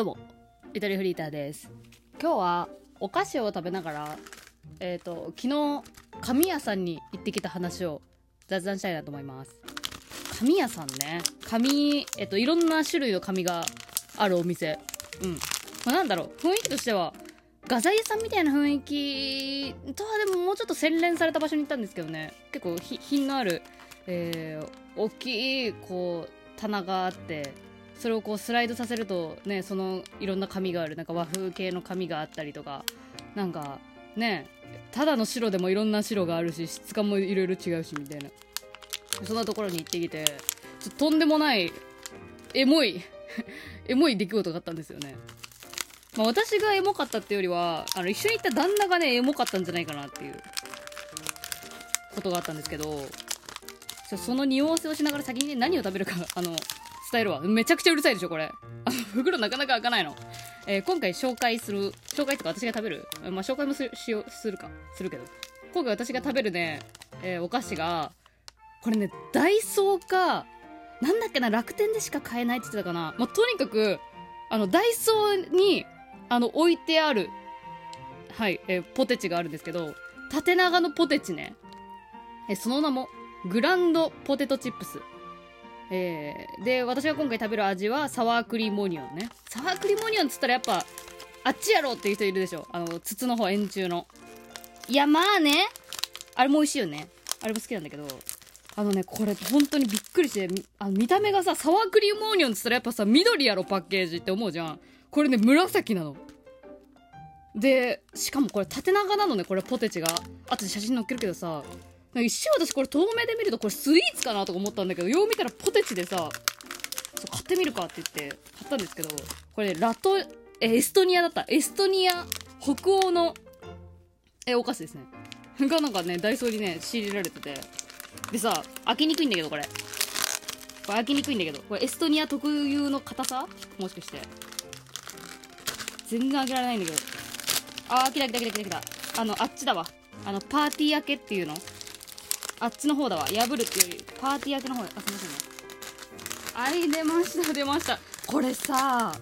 どうも、イタリアフリーターです。今日はお菓子を食べながら、昨日紙屋さんに行ってきた話を雑談したいなと思います。紙屋さんね、紙、いろんな種類の紙があるお店。なんだろう、雰囲気としては画材屋さんみたいな雰囲気とはでももうちょっと洗練された場所に行ったんですけどね、結構品のある、大きいこう棚があって、それをこうスライドさせるとね、そのいろんな紙がある、なんか和風系の紙があったりとか、なんかね、ただの白でもいろんな白があるし、質感もいろいろ違うしみたいな、そんなところに行ってきて、とんでもないエモいエモい出来事があったんですよね。私がエモかったっていうよりは、一緒に行った旦那がねエモかったんじゃないかなっていうことがあったんですけど、その匂わせをしながら先にね、何を食べるか伝えるわ。めちゃくちゃうるさいでしょこれ。袋なかなか開かないの。今回紹介とか私が食べる、紹介もするけど、今回私が食べるね、お菓子がこれね、ダイソーかなんだっけな、楽天でしか買えないって言ってたかな。とにかくダイソーに置いてある、はい、ポテチがあるんですけど、縦長のポテチね、その名もグランドポテトチップス。で、私が今回食べる味はサワークリームオニオンね。サワークリームオニオンっつったらやっぱあっちやろっていう人いるでしょ、筒の方、円柱の。いや、まあね、あれも美味しいよね、あれも好きなんだけど、これ本当にびっくりして、見た目がさ、サワークリームオニオンっつったらやっぱさ、緑やろパッケージって思うじゃん。これね、紫なので、しかもこれ縦長なのね、これポテチが。後で写真載っけるけどさ、一瞬私これ遠目で見るとこれスイーツかなとか思ったんだけど、よう見たらポテチでさ、買ってみるかって言って買ったんですけど、これエストニアだった。エストニア北欧のお菓子ですねがなんかね、ダイソーにね仕入れられてて、でさ、開けにくいんだけど、これ開けにくいんだけど、これエストニア特有の硬さ、もしかして全然開けられないんだけど、来たあっちだわ、パーティー開けっていうの、あっちの方だわ。破るっていうよりパーティー開けの方。すいませんね。出ました。これさ、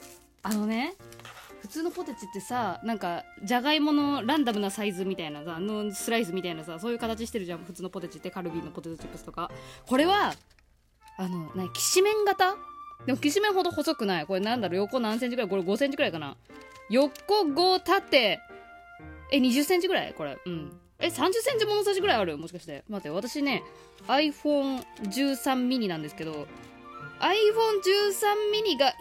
普通のポテチってさ、なんかじゃがいものランダムなサイズみたいなさ、スライスみたいなさ、そういう形してるじゃん、普通のポテチって。カルビーのポテトチップスとか。これはきしめん型でも、きしめんほど細くない。これなんだろう、横何センチぐらい、これ5センチぐらいかな。横5縦20センチぐらい、これ。30センチ物差しぐらいある、もしかして。待って、私ね iPhone13 ミニなんですけど、 iPhone13 ミニが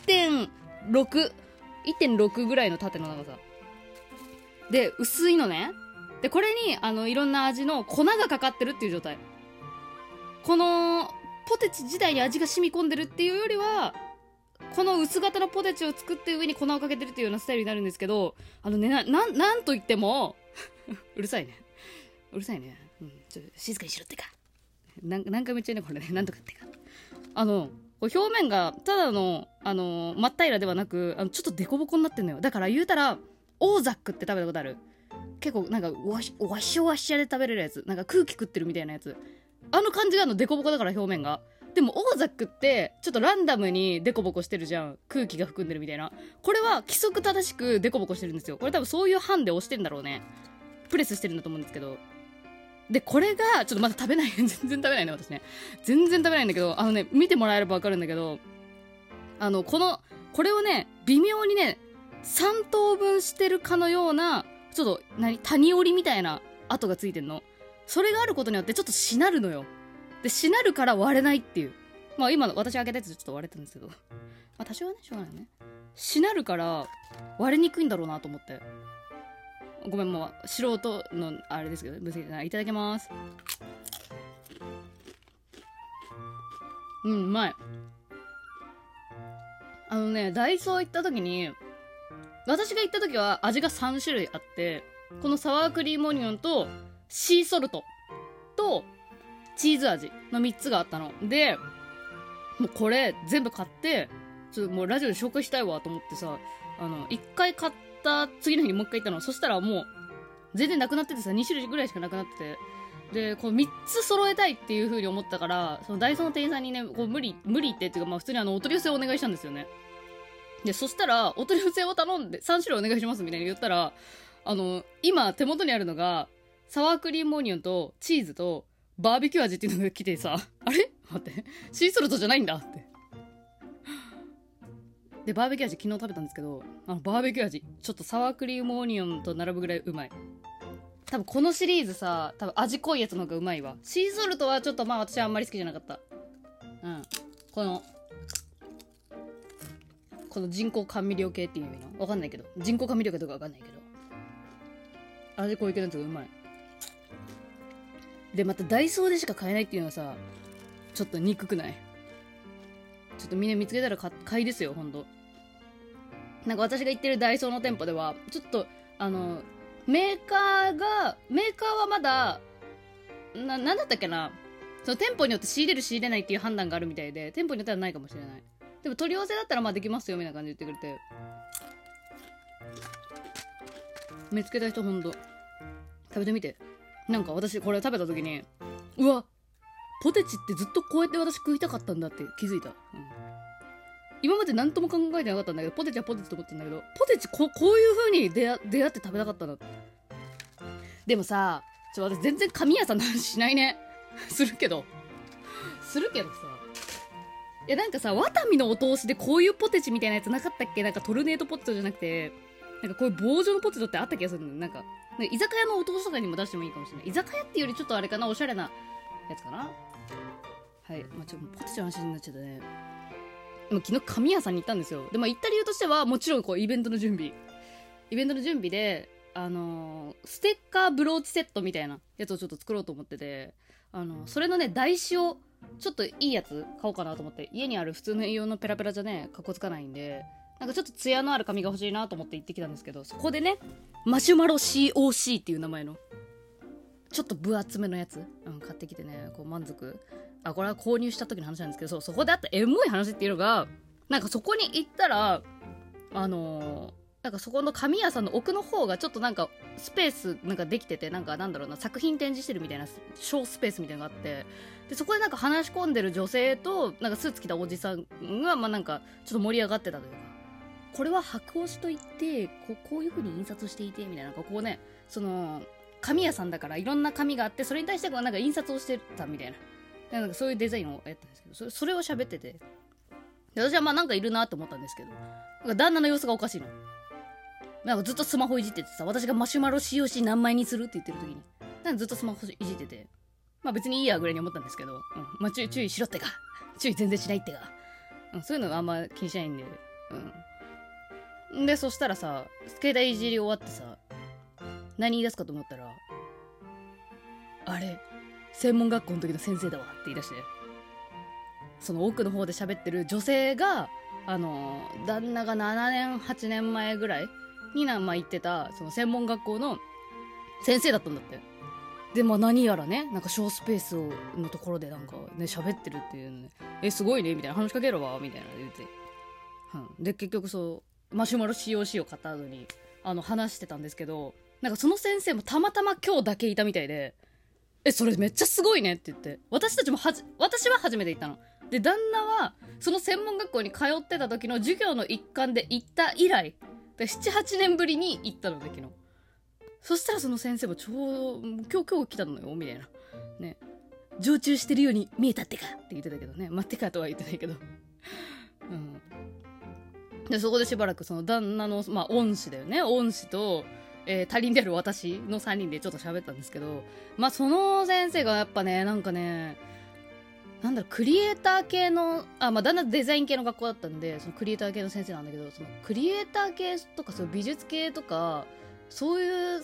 1.6 ぐらいの縦の長さで、薄いのね。で、これにいろんな味の粉がかかってるっていう状態。このポテチ自体に味が染み込んでるっていうよりは、この薄型のポテチを作って上に粉をかけてるっていうようなスタイルになるんですけど、なんといってもうるさいね、ちょっと静かにしろってか。何回も言っちゃうね、これね。なんとかってか、表面がただの真っ平らではなく、ちょっとデコボコになってんのよ。だから言うたらオーザックって食べたことある？結構なんかわしわしで食べれるやつ、なんか空気食ってるみたいなやつ、感じがデコボコだから、表面が。でもオーザックってちょっとランダムにデコボコしてるじゃん、空気が含んでるみたいな。これは規則正しくデコボコしてるんですよ。これ多分そういうハンで押してんだろうね、プレスしてるんだと思うんですけど。で、これがちょっとまだ食べない全然食べないね、私ね。全然食べないんだけど、見てもらえれば分かるんだけど、これをね、微妙にね、3等分してるかのような、ちょっと谷折りみたいな跡がついてんの。それがあることによってちょっとしなるのよ。で、しなるから割れないっていう。今の私開けたやつちょっと割れたんですけど、多少はね、しょうがないね。しなるから割れにくいんだろうなと思って。ごめん、もう素人のあれですけど、無責任。いただきます。うまい。ダイソー行った時に、私が行った時は味が3種類あって、このサワークリームオニオンとシーソルトとチーズ味の3つがあったので、もうこれ全部買って、ちょっともうラジオで紹介したいわと思ってさ、1回買った次の日にもう1回行ったの。そしたらもう全然なくなっててさ、2種類ぐらいしかなくなってて、で、こう3つ揃えたいっていう風に思ったから、そのダイソーの店員さんにね、こう無理ってっていうか、普通にお取り寄せをお願いしたんですよね。 で、そしたら、お取り寄せを頼んで、3種類お願いしますみたいに言ったら、今手元にあるのが、サワークリームオニオンとチーズとバーベキュー味っていうのが来てさ、あれ待って、シーソルトじゃないんだって。で、バーベキュー味昨日食べたんですけど、バーベキュー味、ちょっとサワークリームオニオンと並ぶぐらいうまい。多分このシリーズさ、多分味濃いやつの方がうまいわ。シーソルトはちょっとまあ私はあんまり好きじゃなかった。うん。この人工甘味料系っていう意味のわかんないけど、人工甘味料かどうかわかんないけど、味濃い系のやつがうまい。で、またダイソーでしか買えないっていうのはさ、ちょっと憎くない？ちょっとみんな見つけたら買いですよ、ほんと。なんか私が行ってるダイソーの店舗では、ちょっと、メーカーはまだ、なんだったっけな、その店舗によって仕入れる仕入れないっていう判断があるみたいで、店舗によってはないかもしれない。でも取り寄せだったらまあできますよみたいな感じで言ってくれて、見つけた人ほんと食べてみて。なんか私これ食べた時に、うわ、ポテチってずっとこうやって私食いたかったんだって気づいた。今まで何とも考えてなかったんだけど、ポテチはポテチと思ってたんだけど、ポテチこういう風に出会って食べたかったな。でもさ、私全然神谷さんの話しないね。するけどさ、いやなんかさ、ワタミのお通しでこういうポテチみたいなやつなかったっけ？なんかトルネードポテトじゃなくて、なんかこういう棒状のポテトってあった気がするの。なんか居酒屋のお通しとかにも出してもいいかもしれない。居酒屋っていうよりちょっとあれかな、おしゃれなやつかな。はい、まあ、ポテチの話になっちゃったね。昨日神谷さんに行ったんですよ。で、まあ、行った理由としてはもちろんこうイベントの準備でステッカーブローチセットみたいなやつをちょっと作ろうと思ってて、それのね台紙をちょっといいやつ買おうかなと思って、家にある普通の栄養のペラペラじゃねかっこつかないんで、なんかちょっとツヤのある紙が欲しいなと思って行ってきたんですけど、そこでねマシュマロ COC っていう名前のちょっと分厚めのやつ、買ってきてね、こう満足。これは購入した時の話なんですけど、そこであったエモい話っていうのが、なんかそこに行ったらなんかそこの紙屋さんの奥の方がちょっとなんかスペースなんかできてて、なんかなんだろうな、作品展示してるみたいな小スペースみたいなのがあって、でそこでなんか話し込んでる女性となんかスーツ着たおじさんがまあなんかちょっと盛り上がってたというか、これは白押しといってこういう風に印刷していてみたいな、こうね、その紙屋さんだからいろんな紙があって、それに対してなんか印刷をしてたみたいな、なんかそういうデザインをやったんですけど、それを喋ってて、で私はまあなんかいるなと思ったんですけど、なんか旦那の様子がおかしいの。なんかずっとスマホいじっててさ、私がマシュマロ COC 何枚にするって言ってる時に、なんかずっとスマホいじってて、まあ別にいいやぐらいに思ったんですけど、まあ注意しろってか、注意全然しないってか、そういうのがあんま気にしないんで、で、そしたらさ、携帯いじり終わってさ、何言い出すかと思ったら、あれ、専門学校の時の先生だわって言い出して、その奥の方で喋ってる女性が、旦那が7年、8年前ぐらいにまあ行ってた、その専門学校の先生だったんだって。で、まあ何やらね、なんか小スペースのところでなんかね、喋ってるっていうので、すごいね、みたいな、話しかけろわ、みたいな言って。で、結局マシュマロ COC を買った後に、話してたんですけど、なんかその先生もたまたま今日だけいたみたいで、それめっちゃすごいねって言って、私は初めて行ったの。で、旦那は、その専門学校に通ってた時の授業の一環で行った以来、7、8年ぶりに行ったので、昨日。そしたらその先生も今日来たのよ、みたいな。ね。常駐してるように見えたってかって言ってたけどね。待ってかとは言ってないけど。で、そこでしばらくその旦那の、まあ、恩師だよね。恩師と、他人である私の3人でちょっと喋ったんですけど、まあ、その先生がやっぱね、なんかね、なんだろう、クリエイター系の、まあ、だんだんデザイン系の学校だったんで、そのクリエイター系の先生なんだけど、そのクリエイター系とか、その美術系とか、そういう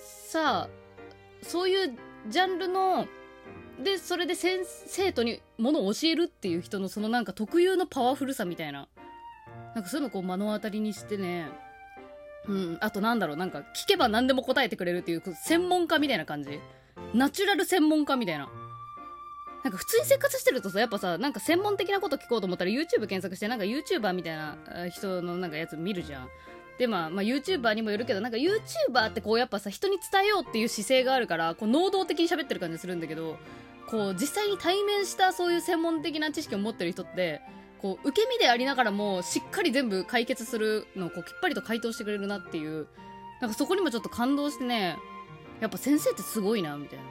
ジャンルの、で、それで生徒にものを教えるっていう人のそのなんか特有のパワフルさみたいな、なんかそういうのをこう目の当たりにしてね、あとなんだろう、なんか聞けば何でも答えてくれるっていう専門家みたいな感じ。ナチュラル専門家みたいな。なんか普通に生活してるとさ、やっぱさ、なんか専門的なこと聞こうと思ったら YouTube 検索して、なんか YouTuber みたいな人のなんかやつ見るじゃん。で、まあ YouTuber にもよるけど、なんか YouTuber ってこうやっぱさ、人に伝えようっていう姿勢があるから、こう能動的に喋ってる感じするんだけど、こう実際に対面したそういう専門的な知識を持ってる人って、 こう受け身でありながらもしっかり全部解決するのをこうきっぱりと回答してくれるなっていう、なんかそこにもちょっと感動してね、やっぱ先生ってすごいなみたいな、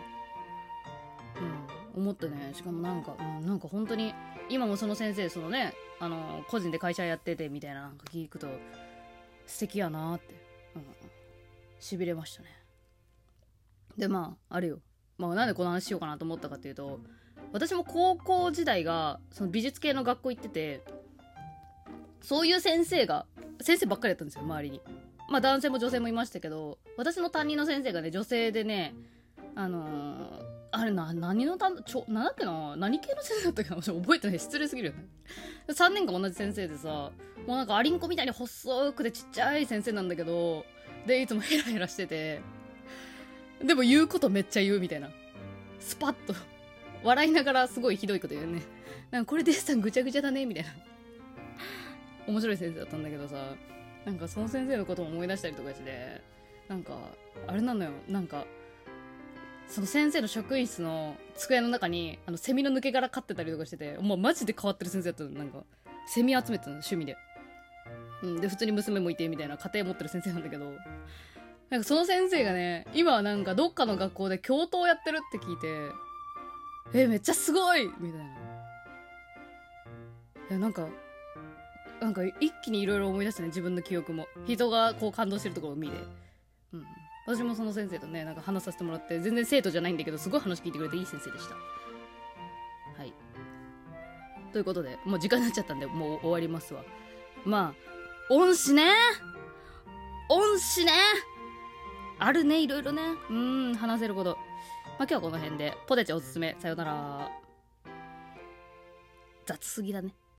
思ってね。しかもなんか本当に今もその先生そのね個人で会社やっててみたいな、なんか聞くと素敵やなって、しびれましたね。であれよ、なんでこの話しようかなと思ったかっていうと、私も高校時代がその美術系の学校行ってて、そういう先生ばっかりだったんですよ、周りに。男性も女性もいましたけど、私の担任の先生がね女性でね、あれ何のなんだっけな、何系の先生だったかな、覚えてない、失礼すぎるよね。3年間同じ先生でさ、もうなんかアリンコみたいに細くてちっちゃい先生なんだけど、でいつもヘラヘラしてて、でも言うことめっちゃ言うみたいな、スパッと笑いながらすごいひどいこと言うね。なんかこれデッサンぐちゃぐちゃだねみたいな面白い先生だったんだけどさ、なんかその先生のことを思い出したりとかして、なんかあれなのよ、なんかその先生の職員室の机の中にセミの抜け殻飼ってたりとかしてて、もうマジで変わってる先生だったの。なんかセミ集めてたの、趣味で。で普通に娘もいてみたいな家庭持ってる先生なんだけど、なんかその先生がね、今はなんかどっかの学校で教頭やってるって聞いて、めっちゃすごいみたいな。いやなんか一気にいろいろ思い出したね、自分の記憶も。人がこう感動してるところを見て、私もその先生とねなんか話させてもらって、全然生徒じゃないんだけどすごい話聞いてくれていい先生でした。はい、ということでもう時間になっちゃったんでもう終わりますわ。恩師ねあるね、いろいろね、話せること。今日はこの辺で。ポテチおすすめ、さよなら。雑すぎだね。